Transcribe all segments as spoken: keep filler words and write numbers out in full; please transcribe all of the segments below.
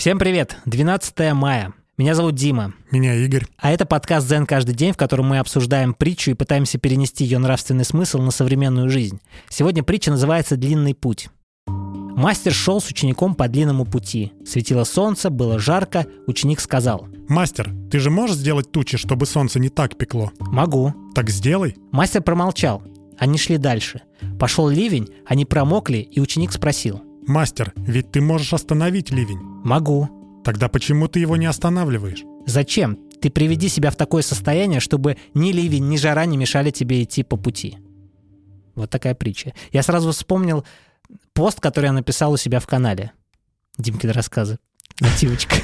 Всем привет! двенадцатое мая. Меня зовут Дима. Меня Игорь. А это подкаст «Дзен каждый день», в котором мы обсуждаем притчу и пытаемся перенести ее нравственный смысл на современную жизнь. Сегодня притча называется «Длинный путь». Мастер шел с учеником по длинному пути. Светило солнце, было жарко. Ученик сказал: «Мастер, ты же можешь сделать тучи, чтобы солнце не так пекло?» «Могу». «Так сделай». Мастер промолчал. Они шли дальше. Пошел ливень, они промокли, и ученик спросил: «Мастер, ведь ты можешь остановить ливень». «Могу». «Тогда почему ты его не останавливаешь?» «Зачем? Ты приведи себя в такое состояние, чтобы ни ливень, ни жара не мешали тебе идти по пути». Вот такая притча. Я сразу вспомнил пост, который я написал у себя в канале. Димкины рассказы. Нативочка.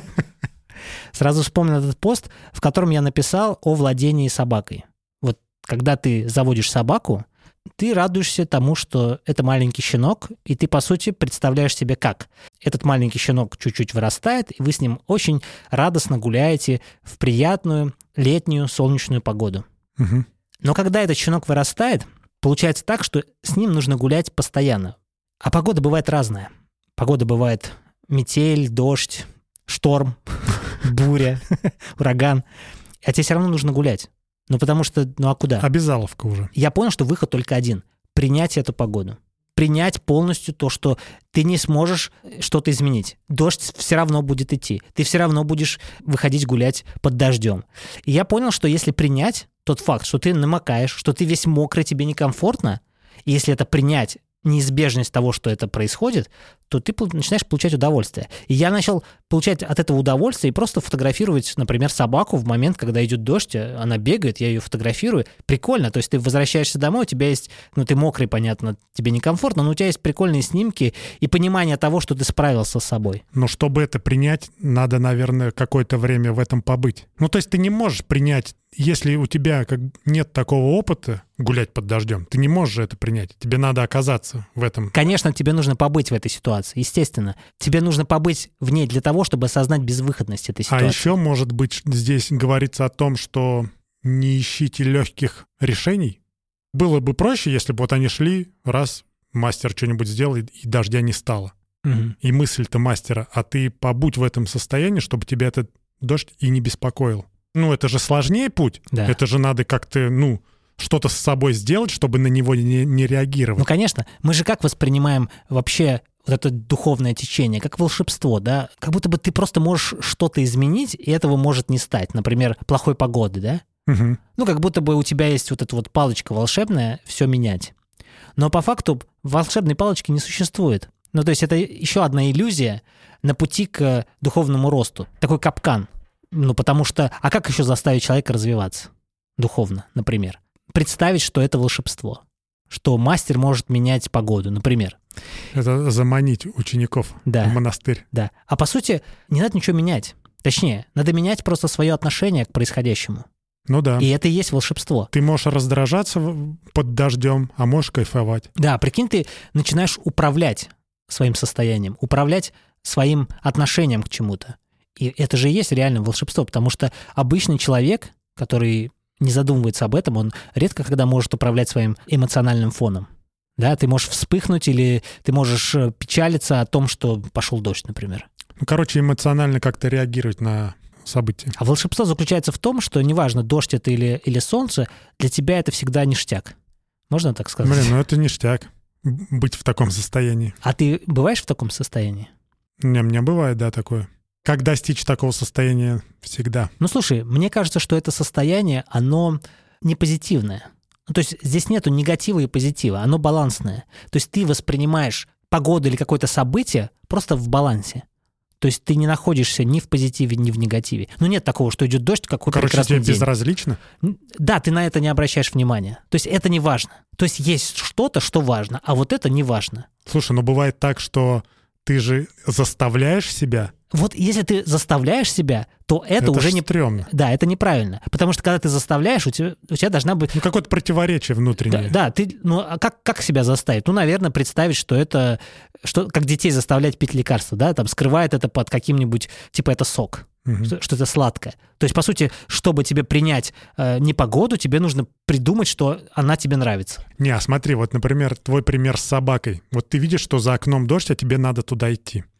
Сразу вспомнил этот пост, в котором я написал о владении собакой. Вот когда ты заводишь собаку, ты радуешься тому, что это маленький щенок, и ты, по сути, представляешь себе, как этот маленький щенок чуть-чуть вырастает, и вы с ним очень радостно гуляете в приятную летнюю солнечную погоду. Угу. Но когда этот щенок вырастает, получается так, что с ним нужно гулять постоянно. А погода бывает разная. Погода бывает метель, дождь, шторм, буря, ураган. А тебе все равно нужно гулять. Ну, потому что, ну а куда? Обязаловка уже. Я понял, что выход только один. Принять эту погоду. Принять полностью то, что ты не сможешь что-то изменить. Дождь все равно будет идти. Ты все равно будешь выходить гулять под дождем. И я понял, что если принять тот факт, что ты намокаешь, что ты весь мокрый, тебе некомфортно, и если это принять неизбежность того, что это происходит, то ты начинаешь получать удовольствие. И я начал получать от этого удовольствие и просто фотографировать, например, собаку в момент, когда идет дождь, она бегает, я ее фотографирую. Прикольно, то есть ты возвращаешься домой, у тебя есть, ну ты мокрый, понятно, тебе некомфортно, но у тебя есть прикольные снимки и понимание того, что ты справился с собой. Но чтобы это принять, надо, наверное, какое-то время в этом побыть. Ну то есть ты не можешь принять, если у тебя как нет такого опыта гулять под дождем, ты не можешь это принять. Тебе надо оказаться в этом. Конечно, тебе нужно побыть в этой ситуации, естественно. Тебе нужно побыть в ней для того, чтобы осознать безвыходность этой ситуации. А еще, может быть, здесь говорится о том, что не ищите легких решений. Было бы проще, если бы вот они шли, раз мастер что-нибудь сделал, и дождя не стало. Угу. И мысль-то мастера, а ты побудь в этом состоянии, чтобы тебя этот дождь и не беспокоил. Ну, это же сложнее путь. Да. Это же надо как-то, ну, что-то с собой сделать, чтобы на него не, не реагировать. Ну, конечно. Мы же как воспринимаем вообще вот это духовное течение? Как волшебство, да? Как будто бы ты просто можешь что-то изменить, и этого может не стать. Например, плохой погоды, да? Угу. Ну, как будто бы у тебя есть вот эта вот палочка волшебная все менять. Но по факту волшебной палочки не существует. Ну, то есть это еще одна иллюзия на пути к духовному росту. Такой капкан. Ну, потому что... А как еще заставить человека развиваться? Духовно, например. Представить, что это волшебство. Что мастер может менять погоду, например. Это заманить учеников да. в монастырь. Да. А по сути, не надо ничего менять. Точнее, надо менять просто свое отношение к происходящему. Ну да. И это и есть волшебство. Ты можешь раздражаться под дождем, а можешь кайфовать. Да, прикинь, ты начинаешь управлять своим состоянием, управлять своим отношением к чему-то. И это же и есть реально волшебство, потому что обычный человек, который не задумывается об этом, он редко когда может управлять своим эмоциональным фоном. Да, ты можешь вспыхнуть или ты можешь печалиться о том, что пошел дождь, например. Ну, короче, эмоционально как-то реагировать на события. А волшебство заключается в том, что неважно, дождь это или, или солнце, для тебя это всегда ништяк. Можно так сказать? Блин, ну это ништяк, быть в таком состоянии. А ты бываешь в таком состоянии? У меня, у меня бывает, да, такое. Как достичь такого состояния всегда? Ну, слушай, мне кажется, что это состояние, оно не позитивное. Ну, то есть здесь нету негатива и позитива, оно балансное. То есть ты воспринимаешь погоду или какое-то событие просто в балансе. То есть ты не находишься ни в позитиве, ни в негативе. Ну, нет такого, что идет дождь, какой Короче, прекрасный тебе день. безразлично? Да, ты на это не обращаешь внимания. То есть это не важно. То есть есть что-то, что важно, а вот это не важно. Слушай, ну бывает так, что ты же заставляешь себя. Вот если ты заставляешь себя, то это, это уже не... стрёмно. Да, это неправильно. Потому что когда ты заставляешь, у тебя, у тебя должна быть... Ну, какое-то противоречие внутреннее. Да, да, ты... Ну, а как, как себя заставить? Ну, наверное, представить, что это... Что, как детей заставлять пить лекарства, да? Там скрывает это под каким-нибудь... Типа это сок. Угу. Что, что это сладкое. То есть, по сути, чтобы тебе принять э, непогоду, тебе нужно придумать, что она тебе нравится. Не, а смотри, вот, например, твой пример с собакой. Вот ты видишь, что за окном дождь, а тебе надо туда идти.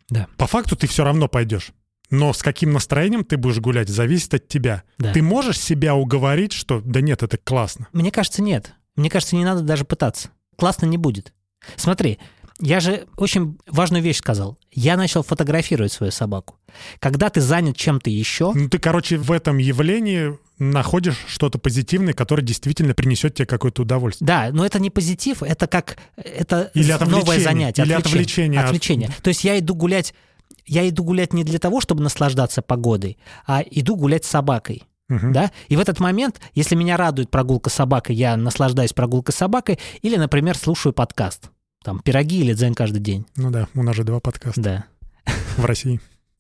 Да. По факту ты все равно пойдешь. Но с каким настроением ты будешь гулять, зависит от тебя. Да. Ты можешь себя уговорить, что да нет, это классно? Мне кажется, нет. Мне кажется, не надо даже пытаться. Классно не будет. Смотри, я же очень важную вещь сказал. Я начал фотографировать свою собаку. Когда ты занят чем-то еще... Ну, ты, короче, в этом явлении находишь что-то позитивное, которое действительно принесет тебе какое-то удовольствие. Да, но это не позитив, это как... Это Или новое занятие. Или отвлечение. Отвлечение. От... То есть я иду гулять... Я иду гулять не для того, чтобы наслаждаться погодой, а иду гулять с собакой. Угу. Да? И в этот момент, если меня радует прогулка с собакой, я наслаждаюсь прогулкой с собакой, или, например, слушаю подкаст. Там «Пироги» или «Дзен каждый день». Ну да, у нас же два подкаста. Да. В России.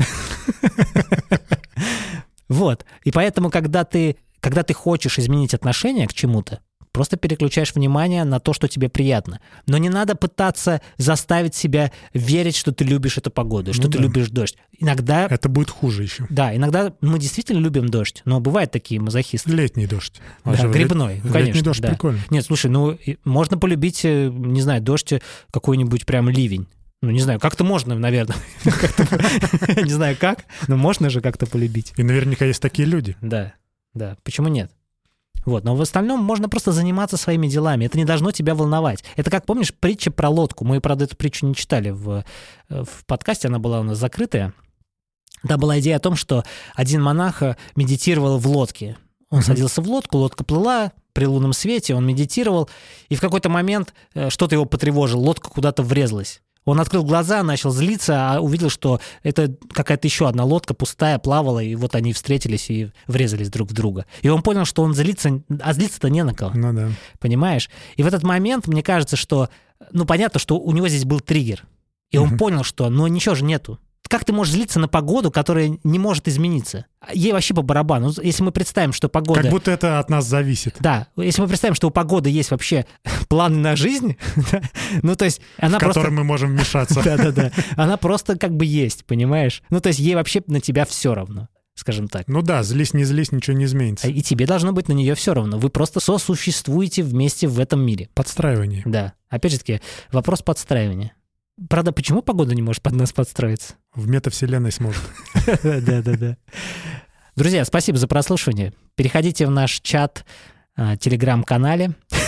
Вот. И поэтому, когда ты, когда ты хочешь изменить отношение к чему-то, просто переключаешь внимание на то, что тебе приятно. Но не надо пытаться заставить себя верить, что ты любишь эту погоду, что ну ты да. любишь дождь. Иногда... Это будет хуже еще. Да, иногда мы действительно любим дождь, но бывают такие мазохисты. Летний дождь. Да, же грибной, лет... конечно. Летний дождь да. прикольно. Нет, слушай, ну можно полюбить, не знаю, дождь какой-нибудь прям ливень. Ну, не знаю, как-то можно, наверное. Не знаю как, но можно же как-то полюбить. И наверняка есть такие люди. Да, да, почему нет? Вот, но в остальном можно просто заниматься своими делами. Это не должно тебя волновать. Это как, помнишь, притча про лодку. Мы, правда, эту притчу не читали в, в подкасте, она была у нас закрытая. Там была идея о том, что один монах медитировал в лодке. Он uh-huh. садился в лодку, лодка плыла при лунном свете, он медитировал, и в какой-то момент что-то его потревожило, лодка куда-то врезалась. Он открыл глаза, начал злиться, а увидел, что это какая-то еще одна лодка пустая, плавала, и вот они встретились и врезались друг в друга. И он понял, что он злится, а злиться-то не на кого. Ну да. Понимаешь? И в этот момент, мне кажется, что, ну, понятно, что у него здесь был триггер. И он uh-huh. понял, что, ну, ничего же нету. Как ты можешь злиться на погоду, которая не может измениться? Ей вообще по барабану. Если мы представим, что погода... Как будто это от нас зависит. Да. Если мы представим, что у погоды есть вообще планы на жизнь, ну, то есть она в просто... который мы можем вмешаться. Да-да-да. Она просто как бы есть, понимаешь? Ну, то есть ей вообще на тебя все равно, скажем так. Ну да, злись, не злись, ничего не изменится. И тебе должно быть на нее все равно. Вы просто сосуществуете вместе в этом мире. Подстраивание. Да. Опять же таки, вопрос подстраивания. Правда, почему погода не может под нас подстроиться? В метавселенной сможет. Да-да-да. Друзья, спасибо за прослушивание. Переходите в наш чат, телеграм-канале.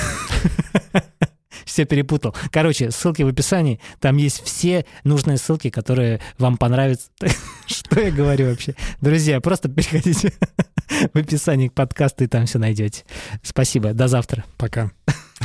Все перепутал. Короче, ссылки в описании. Там есть все нужные ссылки, которые вам понравятся. Что я говорю вообще? Друзья, просто переходите в описание к подкасту, и там все найдете. Спасибо. До завтра. Пока.